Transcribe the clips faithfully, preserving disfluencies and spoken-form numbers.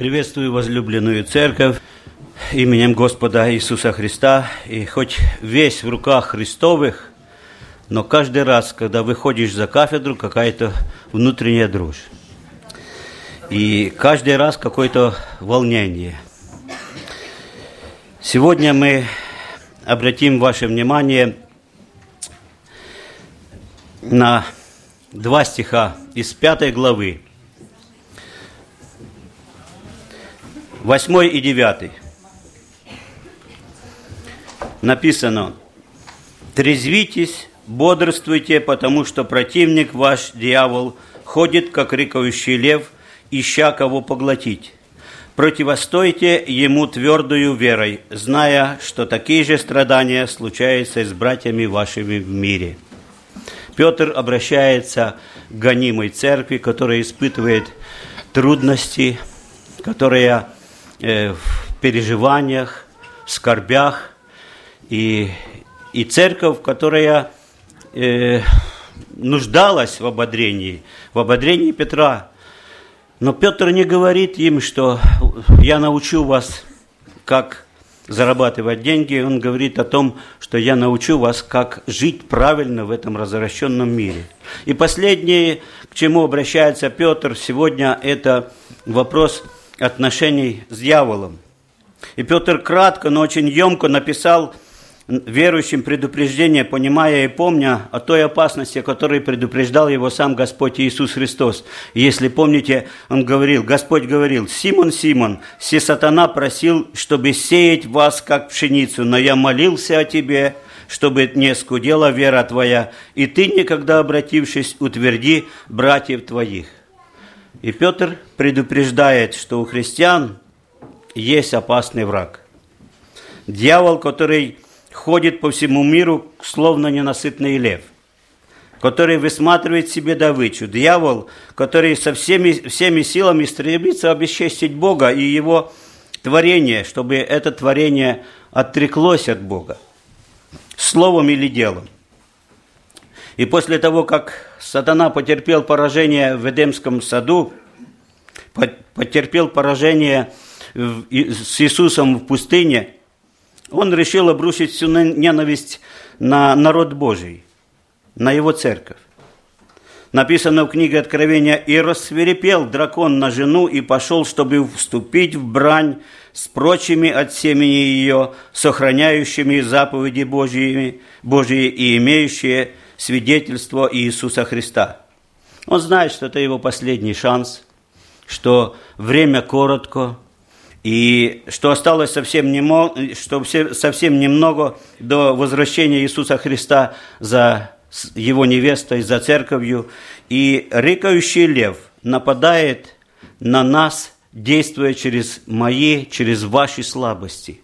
Приветствую возлюбленную церковь именем Господа Иисуса Христа. И хоть весь в руках Христовых, но каждый раз, когда выходишь за кафедру, какая-то внутренняя дрожь. И каждый раз какое-то волнение. Сегодня мы обратим ваше внимание на два стиха из пятой главы. Восьмой и девятый. Написано: «Трезвитесь, бодрствуйте, потому что противник ваш, дьявол, ходит, как рыкающий лев, ища кого поглотить. Противостойте ему твердою верой, зная, что такие же страдания случаются и с братьями вашими в мире». Петр обращается к гонимой церкви, которая испытывает трудности, которая в переживаниях, в скорбях, и, и церковь, которая э, нуждалась в ободрении, в ободрении Петра. Но Петр не говорит им, что я научу вас, как зарабатывать деньги. Он говорит о том, что я научу вас, как жить правильно в этом развращенном мире. И последнее, к чему обращается Петр сегодня, это вопрос отношений с дьяволом. И Петр кратко, но очень емко написал верующим предупреждение, понимая и помня о той опасности, о которой предупреждал его сам Господь Иисус Христос. И если помните, он говорил, Господь говорил: «Симон, Симон, се сатана просил, чтобы сеять вас, как пшеницу, но я молился о тебе, чтобы не скудела вера твоя, и ты, никогда обратившись, утверди братьев твоих». И Петр предупреждает, что у христиан есть опасный враг. Дьявол, который ходит по всему миру, словно ненасытный лев, который высматривает себе добычу. Дьявол, который со всеми, всеми силами стремится обесчестить Бога и Его творение, чтобы это творение отреклось от Бога, словом или делом. И после того, как сатана потерпел поражение в Эдемском саду, потерпел поражение с Иисусом в пустыне, он решил обрушить всю ненависть на народ Божий, на его церковь. Написано в книге Откровения: «И рассвирепел дракон на жену, и пошел, чтобы вступить в брань с прочими от семени ее, сохраняющими заповеди Божьи, Божьи и имеющие свидетельство Иисуса Христа». Он знает, что это его последний шанс, что время коротко, и что осталось совсем немного, что совсем немного до возвращения Иисуса Христа за его невестой, за церковью. И рыкающий лев нападает на нас, действуя через мои, через ваши слабости.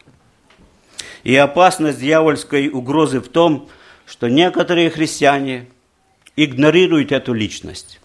И опасность дьявольской угрозы в том, что некоторые христиане игнорируют эту личность.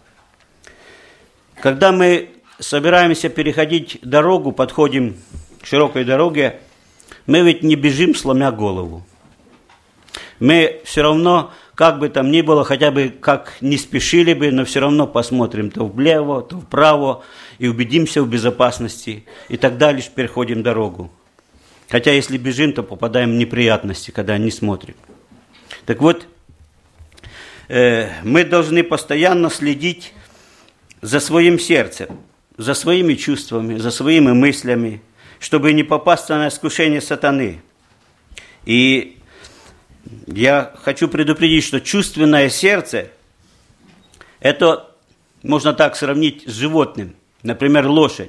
Когда мы собираемся переходить дорогу, подходим к широкой дороге, мы ведь не бежим, сломя голову. Мы все равно, как бы там ни было, хотя бы как не спешили бы, но все равно посмотрим то влево, то вправо и убедимся в безопасности, и тогда лишь переходим дорогу. Хотя если бежим, то попадаем в неприятности, когда не смотрим. Так вот, э, мы должны постоянно следить за своим сердцем, за своими чувствами, за своими мыслями, чтобы не попасться на искушение сатаны. И я хочу предупредить, что чувственное сердце, это можно так сравнить с животным, например, лошадь.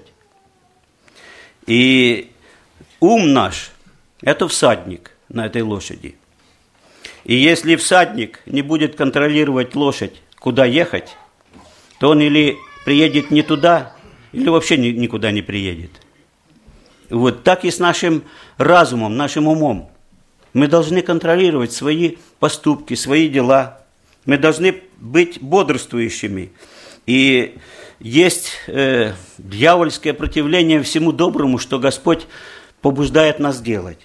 И ум наш – это всадник на этой лошади. И если всадник не будет контролировать лошадь, куда ехать, то он или приедет не туда, или вообще никуда не приедет. Вот так и с нашим разумом, нашим умом. Мы должны контролировать свои поступки, свои дела. Мы должны быть бодрствующими. И есть э, дьявольское противление всему доброму, что Господь побуждает нас делать.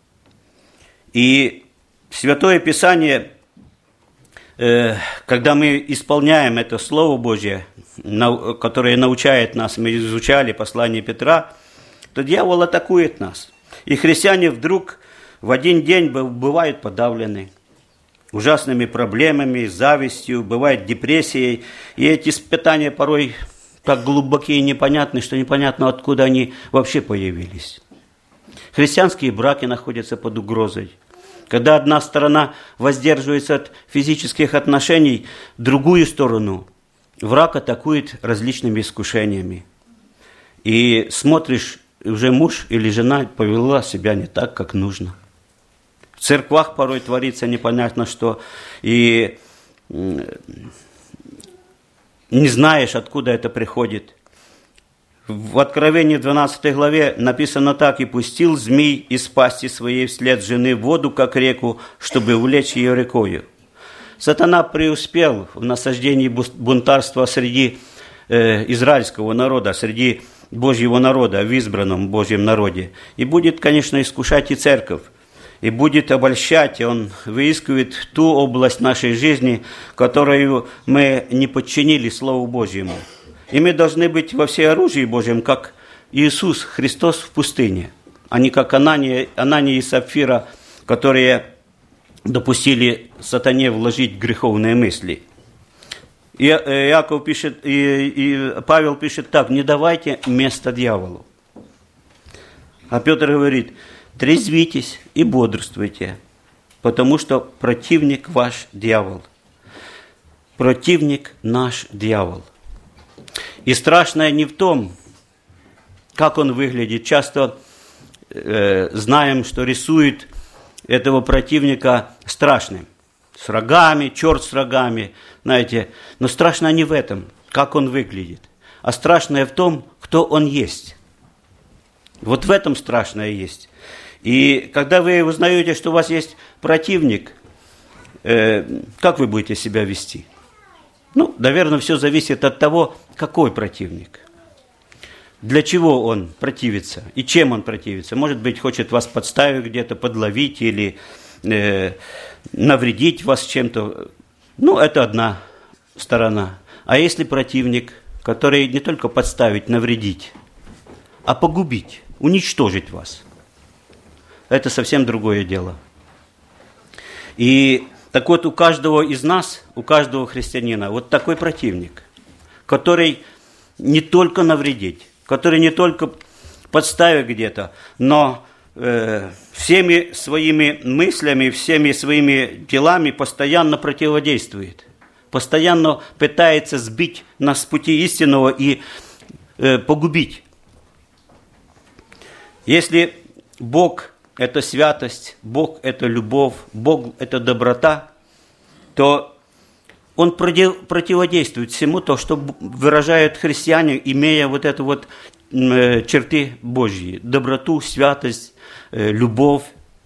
И Святое Писание, э, когда мы исполняем это Слово Божье, которое научает нас, мы изучали послание Петра, то дьявол атакует нас. И христиане вдруг в один день бывают подавлены ужасными проблемами, завистью, бывает депрессией. И эти испытания порой так глубокие и непонятны, что непонятно, откуда они вообще появились. Христианские браки находятся под угрозой. Когда одна сторона воздерживается от физических отношений, другую сторону враг атакует различными искушениями. И смотришь, уже муж или жена повела себя не так, как нужно. В церквах порой творится непонятно что, и не знаешь, откуда это приходит. В Откровении двенадцатой главе написано так: «И пустил змей из пасти своей вслед жены в воду, как реку, чтобы увлечь ее рекою». Сатана преуспел в насаждении бунтарства среди э, израильского народа, среди Божьего народа, в избранном Божьем народе. И будет, конечно, искушать и церковь, и будет обольщать, и он выискивает ту область нашей жизни, которую мы не подчинили Слову Божьему. И мы должны быть во всеоружии Божьем, как Иисус Христос в пустыне, а не как Анания, Анания и Сапфира, которые допустили сатане вложить греховные мысли. И Иаков пишет, и, и Павел пишет так: не давайте места дьяволу. А Петр говорит: трезвитесь и бодрствуйте, потому что противник ваш дьявол. Противник наш дьявол. И страшное не в том, как он выглядит. Часто э, знаем, что рисует этого противника страшным. С рогами, черт с рогами, знаете. Но страшно не в этом, как он выглядит, а страшное в том, кто он есть. Вот в этом страшное есть. И когда вы узнаете, что у вас есть противник, э, как вы будете себя вести? Ну, наверное, все зависит от того, какой противник. Для чего он противится и чем он противится. Может быть, хочет вас подставить где-то, подловить или э, навредить вас чем-то. Ну, это одна сторона. А если противник, который не только подставить, навредить, а погубить, уничтожить вас, это совсем другое дело. И так вот, у каждого из нас, у каждого христианина вот такой противник, который не только навредить, который не только подставит где-то, но э, всеми своими мыслями, всеми своими делами постоянно противодействует, постоянно пытается сбить нас с пути истинного и э, погубить. Если Бог – это святость, Бог – это любовь, Бог – это доброта, то Он противодействует всему то, что выражают христиане, имея вот это вот черты Божьи, доброту, святость, любовь.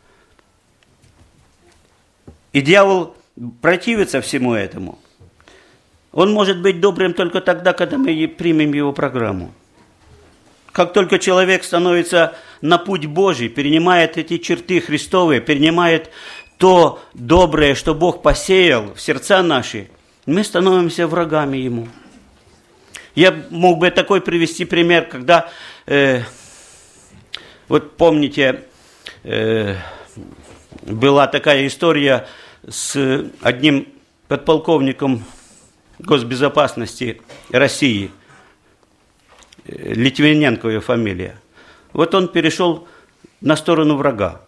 И дьявол противится всему этому. Он может быть добрым только тогда, когда мы примем его программу. Как только человек становится на путь Божий, перенимает эти черты Христовые, перенимает то доброе, что Бог посеял в сердца наши, мы становимся врагами Ему. Я мог бы такой привести пример, когда, э, вот помните, э, была такая история с одним подполковником госбезопасности России, Литвиненко ее фамилия. Вот он перешел на сторону врага.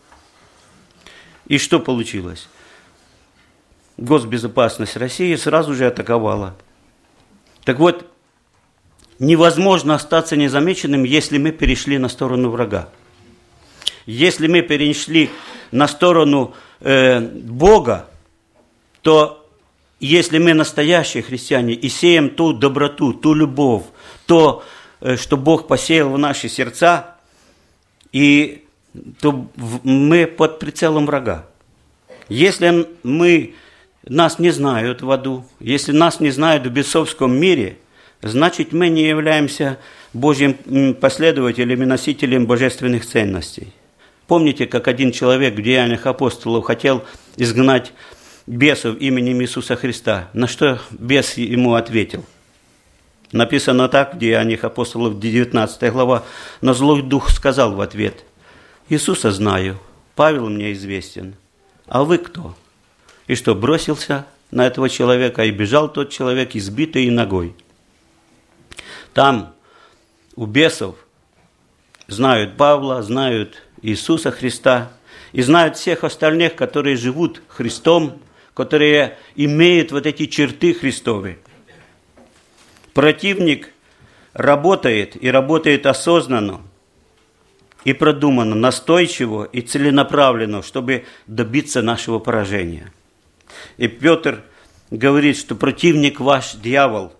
И что получилось? Госбезопасность России сразу же атаковала. Так вот, невозможно остаться незамеченным, если мы перешли на сторону врага. Если мы перешли на сторону э, Бога, то если мы настоящие христиане и сеем ту доброту, ту любовь, то, э, что Бог посеял в наши сердца, и, то мы под прицелом врага. Если мы, нас не знают в аду, если нас не знают в бесовском мире, значит, мы не являемся Божьим последователем и носителем божественных ценностей. Помните, как один человек в Деяниях апостолов хотел изгнать бесов именем Иисуса Христа? На что бес ему ответил? Написано так в Деяниях апостолов, девятнадцатая глава. Но злой дух сказал в ответ: Иисуса знаю, Павел мне известен, а вы кто? И что, бросился на этого человека, и бежал тот человек, избитый ногой. Там у бесов знают Павла, знают Иисуса Христа, и знают всех остальных, которые живут Христом, которые имеют вот эти черты Христовы. Противник работает, и работает осознанно, и продуманно, настойчиво и целенаправленно, чтобы добиться нашего поражения. И Петр говорит, что противник ваш дьявол.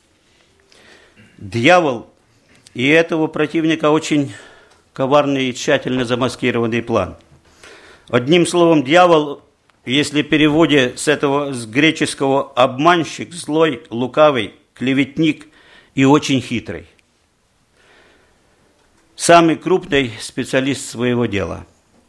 Дьявол, и этого противника очень коварный и тщательно замаскированный план. Одним словом, дьявол, если в переводе с этого, с греческого обманщик, злой, лукавый, клеветник и очень хитрый. Самый крупный специалист своего дела.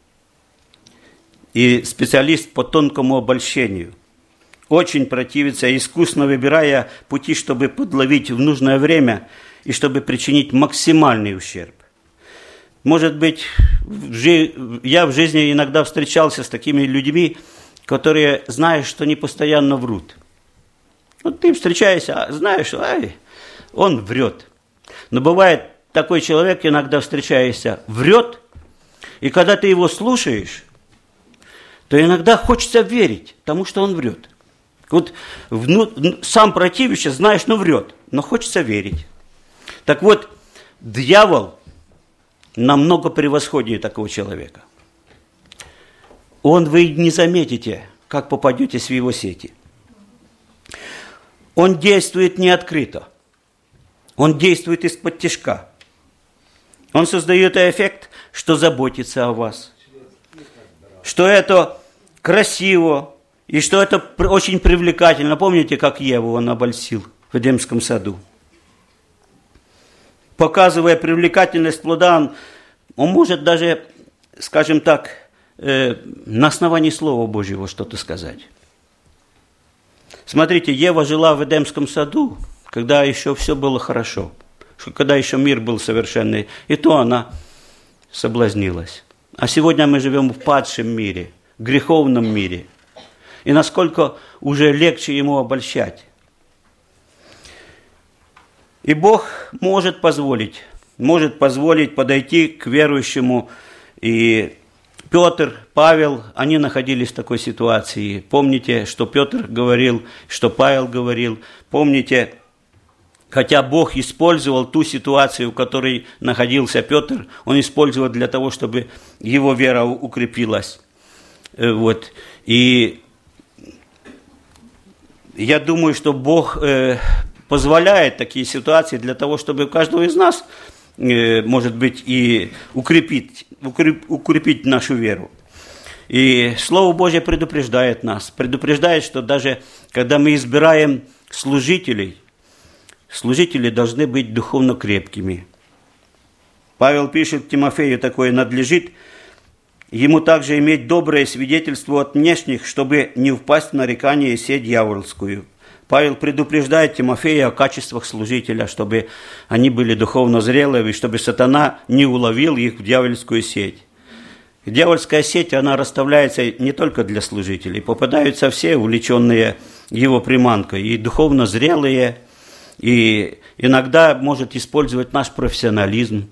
И специалист по тонкому обольщению. Очень противится, искусно выбирая пути, чтобы подловить в нужное время и чтобы причинить максимальный ущерб. Может быть, я в жизни иногда встречался с такими людьми, которые знают, что они постоянно врут. Вот ты встречаешься, знаешь, ай, он врет. Но бывает, такой человек, иногда встречаешься, врет, и когда ты его слушаешь, то иногда хочется верить тому, что он врет. Вот вну, сам противишься, знаешь, но врет, но хочется верить. Так вот, дьявол намного превосходнее такого человека. Он, вы не заметите, как попадетесь в его сети. Он действует не открыто. Он действует из-под тишка. Он создает эффект, что заботится о вас. Что это красиво, и что это очень привлекательно. Помните, как Еву он обольстил в Эдемском саду? Показывая привлекательность плода, он, он может даже, скажем так, э, на основании Слова Божьего что-то сказать. Смотрите, Ева жила в Эдемском саду, когда еще все было хорошо, когда еще мир был совершенный, и то она соблазнилась. А сегодня мы живем в падшем мире, греховном мире. И насколько уже легче ему обольщать. И Бог может позволить, может позволить подойти к верующему. И Петр, Павел, они находились в такой ситуации. Помните, что Петр говорил, что Павел говорил. Помните, хотя Бог использовал ту ситуацию, в которой находился Петр, он использовал для того, чтобы его вера укрепилась. Вот. И я думаю, что Бог э, позволяет такие ситуации для того, чтобы у каждого из нас, э, может быть, и укрепить, укреп, укрепить нашу веру. И Слово Божье предупреждает нас, предупреждает, что даже когда мы избираем служителей, служители должны быть духовно крепкими. Павел пишет Тимофею такое: надлежит ему также иметь доброе свидетельство от внешних, чтобы не впасть в нарекание и сеть дьявольскую. Павел предупреждает Тимофея о качествах служителя, чтобы они были духовно зрелыми, чтобы сатана не уловил их в дьявольскую сеть. Дьявольская сеть, она расставляется не только для служителей, попадаются все увлеченные его приманкой, и духовно зрелые, и иногда может использовать наш профессионализм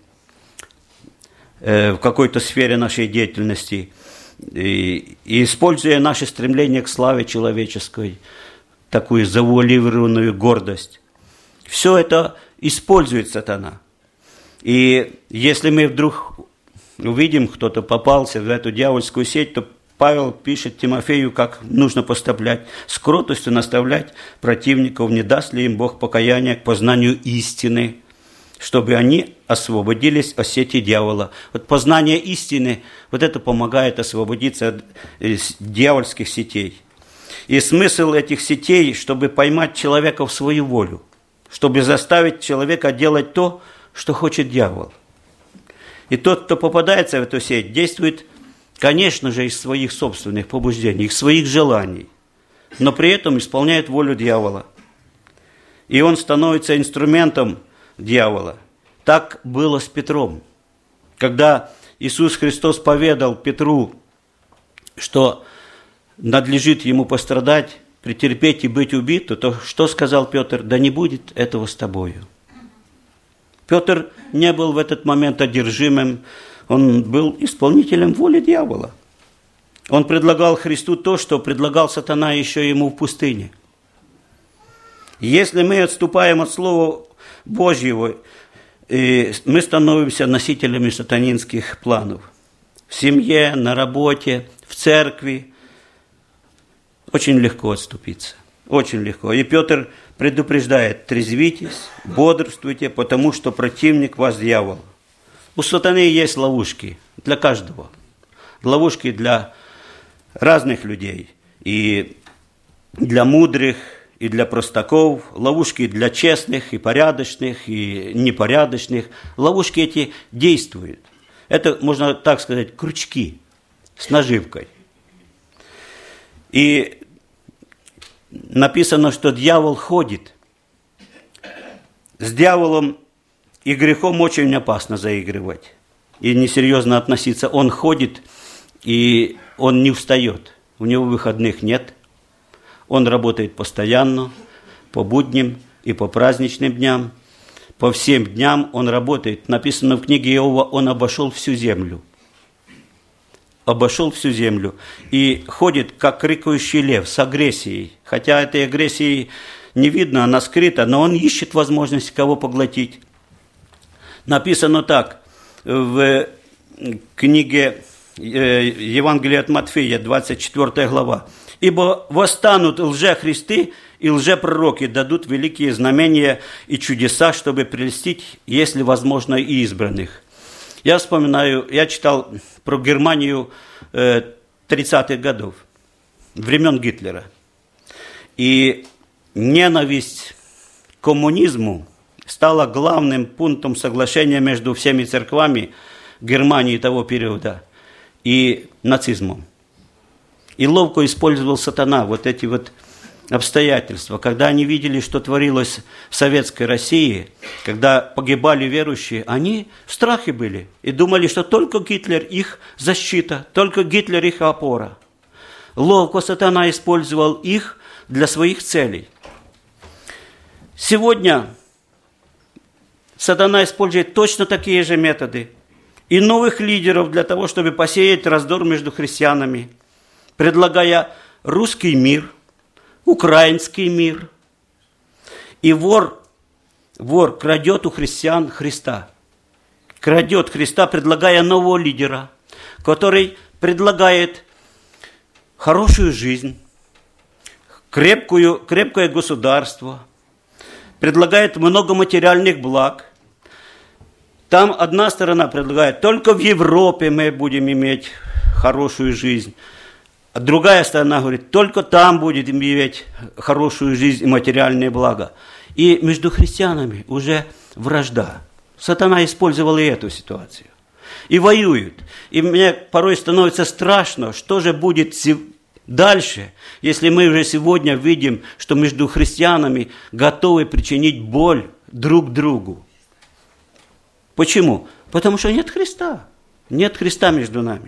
в какой-то сфере нашей деятельности, и, и используя наше стремление к славе человеческой, такую завуалированную гордость. Все это использует сатана. И если мы вдруг увидим, кто-то попался в эту дьявольскую сеть, то Павел пишет Тимофею, как нужно поступлять, с кротостью наставлять противников, не даст ли им Бог покаяния к познанию истины, чтобы они освободились от сети дьявола. Вот познание истины, вот это помогает освободиться от дьявольских сетей. И смысл этих сетей, чтобы поймать человека в свою волю, чтобы заставить человека делать то, что хочет дьявол. И тот, кто попадается в эту сеть, действует, конечно же, из своих собственных побуждений, из своих желаний, но при этом исполняет волю дьявола. и он становится инструментом дьявола. Так было с Петром. Когда Иисус Христос поведал Петру, что надлежит ему пострадать, претерпеть и быть убитым, то что сказал Петр? Да не будет этого с тобою. Петр не был в этот момент одержимым, он был исполнителем воли дьявола. Он предлагал Христу то, что предлагал сатана еще ему в пустыне. Если мы отступаем от Слова Божьего, мы становимся носителями сатанинских планов. В семье, на работе, в церкви. Очень легко отступиться. Очень легко. И Петр предупреждает: трезвитесь, бодрствуйте, потому что противник вас дьявол. У сатаны есть ловушки для каждого. Ловушки для разных людей. И для мудрых, и для простаков. Ловушки для честных, и порядочных, и непорядочных. Ловушки эти действуют. Это, можно так сказать, крючки с наживкой. И написано, что дьявол ходит. С дьяволом и грехом очень опасно заигрывать и несерьезно относиться. Он ходит, и он не устает. У него выходных нет. Он работает постоянно, по будням и по праздничным дням. По всем дням он работает. Написано в книге Иова: он обошел всю землю. Обошел всю землю. И ходит, как рыкающий лев, с агрессией. Хотя этой агрессии не видно, она скрыта, но он ищет возможность кого поглотить. Написано так в книге Евангелия от Матфея, двадцать четвёртая глава. «Ибо восстанут лжехристы и лжепророки, дадут великие знамения и чудеса, чтобы прельстить, если возможно, и избранных». Я вспоминаю, я читал про Германию тридцатых годов, времен Гитлера. И ненависть к коммунизму стала главным пунктом соглашения между всеми церквами Германии того периода и нацизмом. И ловко использовал сатана вот эти вот обстоятельства. Когда они видели, что творилось в советской России, когда погибали верующие, они в страхе были и думали, что только Гитлер их защита, только Гитлер их опора. Ловко сатана использовал их для своих целей. Сегодня сатана использует точно такие же методы и новых лидеров для того, чтобы посеять раздор между христианами, предлагая русский мир, украинский мир. И вор, вор крадет у христиан Христа. Крадет Христа, предлагая нового лидера, который предлагает хорошую жизнь, крепкую, крепкое государство, предлагает много материальных благ. Там одна сторона предлагает: только в Европе мы будем иметь хорошую жизнь. А другая сторона говорит: только там будем иметь хорошую жизнь и материальные блага. И между христианами уже вражда. Сатана использовал и эту ситуацию. И воюют. И мне порой становится страшно, что же будет дальше, если мы уже сегодня видим, что между христианами готовы причинить боль друг другу. Почему? Потому что нет Христа. Нет Христа между нами.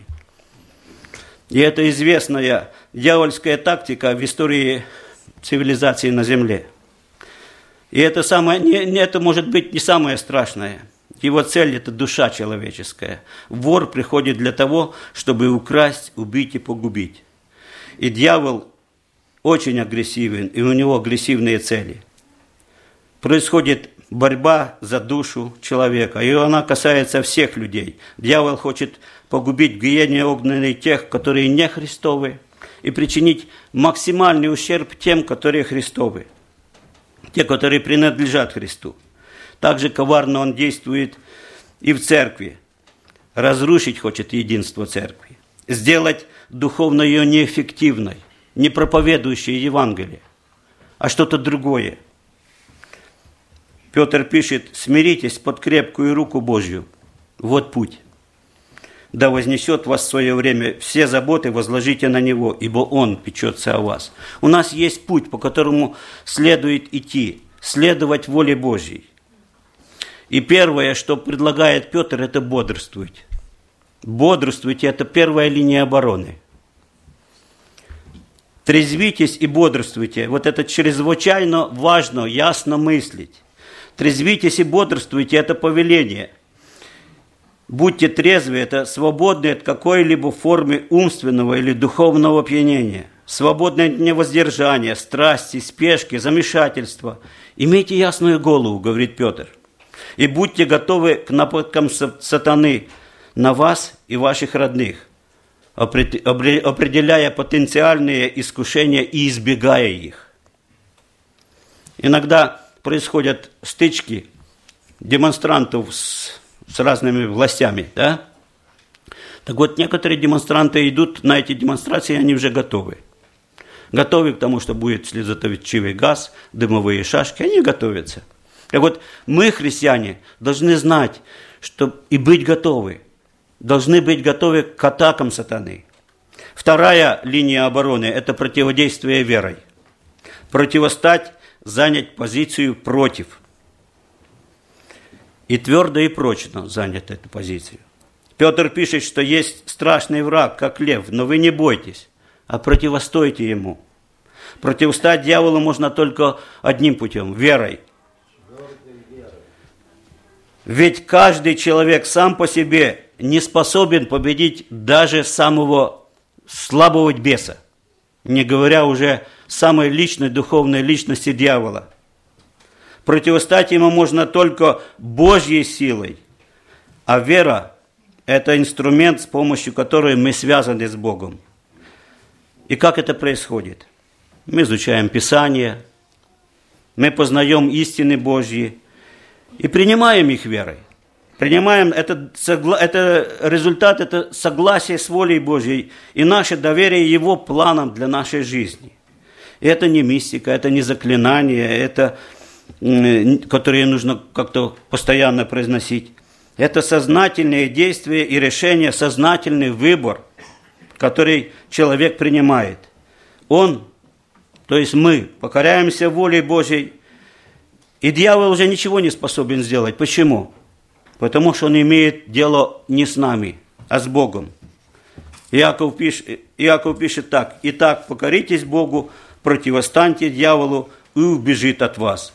И это известная дьявольская тактика в истории цивилизации на земле. И это, самое, не, это может быть не самое страшное. Его цель – это душа человеческая. Вор приходит для того, чтобы украсть, убить и погубить. И дьявол очень агрессивен, и у него агрессивные цели. Происходит борьба за душу человека, и она касается всех людей. Дьявол хочет погубить в гиене огненной тех, которые не Христовы, и причинить максимальный ущерб тем, которые Христовы, те, которые принадлежат Христу. Также коварно он действует и в церкви. Разрушить хочет единство церкви, сделать духовно ее неэффективной, не проповедующей Евангелие, а что-то другое. Петр пишет: смиритесь под крепкую руку Божью. Вот путь. Да вознесет вас в свое время, все заботы возложите на Него, ибо Он печется о вас. У нас есть путь, по которому следует идти. следовать воле Божьей. И первое, что предлагает Петр, это бодрствуйте. Бодрствуйте – это первая линия обороны. Трезвитесь и бодрствуйте. Вот это чрезвычайно важно, ясно мыслить. Трезвитесь и бодрствуйте – это повеление. Будьте трезвы – это свободны от какой-либо формы умственного или духовного опьянения. Свободны от невоздержания, страсти, спешки, замешательства. Имейте ясную голову, говорит Петр. И будьте готовы к нападкам сатаны на вас и ваших родных, определяя потенциальные искушения и избегая их. Иногда происходят стычки демонстрантов с, с разными властями, да? Так вот, некоторые демонстранты идут на эти демонстрации, они уже готовы. Готовы к тому, что будет слезоточивый газ, дымовые шашки, они готовятся. Так вот, мы, христиане, должны знать, что и быть готовы. Должны быть готовы к атакам сатаны. Вторая линия обороны – это противодействие верой. Противостать, занять позицию против. И твердо и прочно занять эту позицию. Петр пишет, что есть страшный враг, как лев, но вы не бойтесь, а противостойте ему. Противостать дьяволу можно только одним путем – верой. Ведь каждый человек сам по себе не способен победить даже самого слабого беса, не говоря уже самой личной духовной личности дьявола. Противостать ему можно только Божьей силой, а вера – это инструмент, с помощью которого мы связаны с Богом. И как это происходит? Мы изучаем Писание, мы познаем истины Божьи и принимаем их верой. Принимаем это, это результат, это согласие с волей Божьей и наше доверие Его планам для нашей жизни. И это не мистика, это не заклинание, это, которые нужно как-то постоянно произносить. Это сознательные действия и решения, сознательный выбор, который человек принимает. Он, то есть мы, покоряемся воле Божьей, и дьявол уже ничего не способен сделать. Почему? Потому что он имеет дело не с нами, а с Богом. Иаков пишет, Иаков пишет так: «Итак, покоритесь Богу, противостаньте дьяволу, и убежит от вас».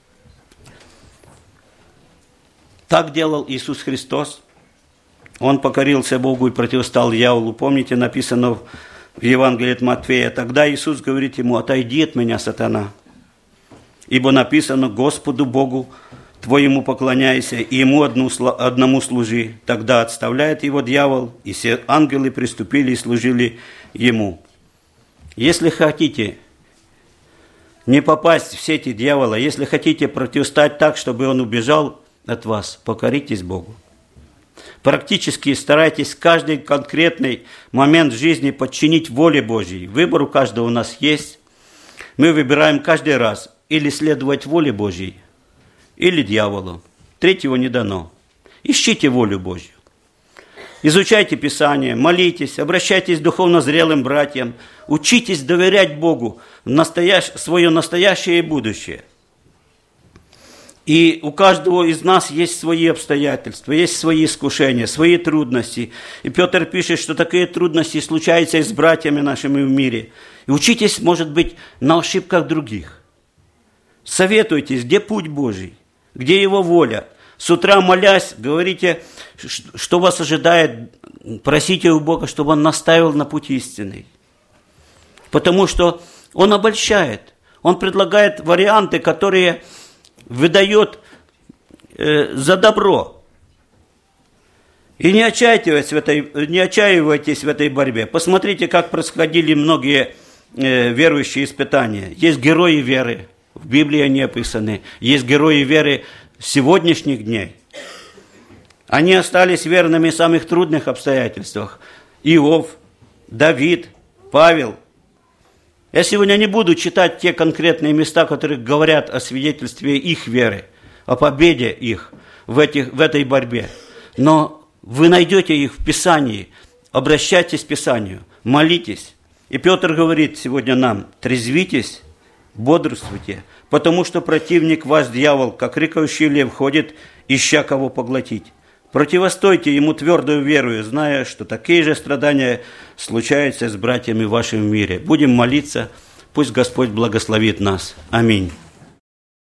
Так делал Иисус Христос. Он покорился Богу и противостал дьяволу. Помните, написано в Евангелии от Матфея: «Тогда Иисус говорит ему: отойди от меня, сатана, ибо написано: Господу Богу твоему поклоняйся, и ему одну, одному служи». Тогда отставляет его дьявол, и все ангелы приступили и служили ему. Если хотите не попасть в сети дьявола, если хотите противостать так, чтобы он убежал от вас, покоритесь Богу. Практически старайтесь каждый конкретный момент жизни подчинить воле Божьей. Выбор у каждого у нас есть. Мы выбираем каждый раз или следовать воле Божьей, или дьяволу. Третьего не дано. Ищите волю Божью. Изучайте Писание, молитесь, обращайтесь к духовно зрелым братьям, учитесь доверять Богу в настоящ... свое настоящее и будущее. И у каждого из нас есть свои обстоятельства, есть свои искушения, свои трудности. И Петр пишет, что такие трудности случаются и с братьями нашими в мире. И учитесь, может быть, на ошибках других. Советуйтесь, где путь Божий, где Его воля. С утра молясь, говорите, что вас ожидает, просите у Бога, чтобы Он наставил на путь истинный. Потому что Он обольщает, Он предлагает варианты, которые выдает э, за добро. И не отчаивайтесь в этой, не отчаивайтесь в этой борьбе. Посмотрите, как происходили многие э, верующие испытания. Есть герои веры, в Библии они описаны. Есть герои веры сегодняшних дней. Они остались верными в самых трудных обстоятельствах. Иов, Давид, Павел. Я сегодня не буду читать те конкретные места, которые говорят о свидетельстве их веры, о победе их в, этих, в этой борьбе. Но вы найдете их в Писании. Обращайтесь к Писанию, молитесь. И Петр говорит сегодня нам: трезвитесь, бодрствуйте, потому что противник ваш, дьявол, как рыкающий лев, ходит, ища кого поглотить. Противостойте ему твердую верою, зная, что такие же страдания случаются с братьями вашими в мире. Будем молиться, пусть Господь благословит нас. Аминь.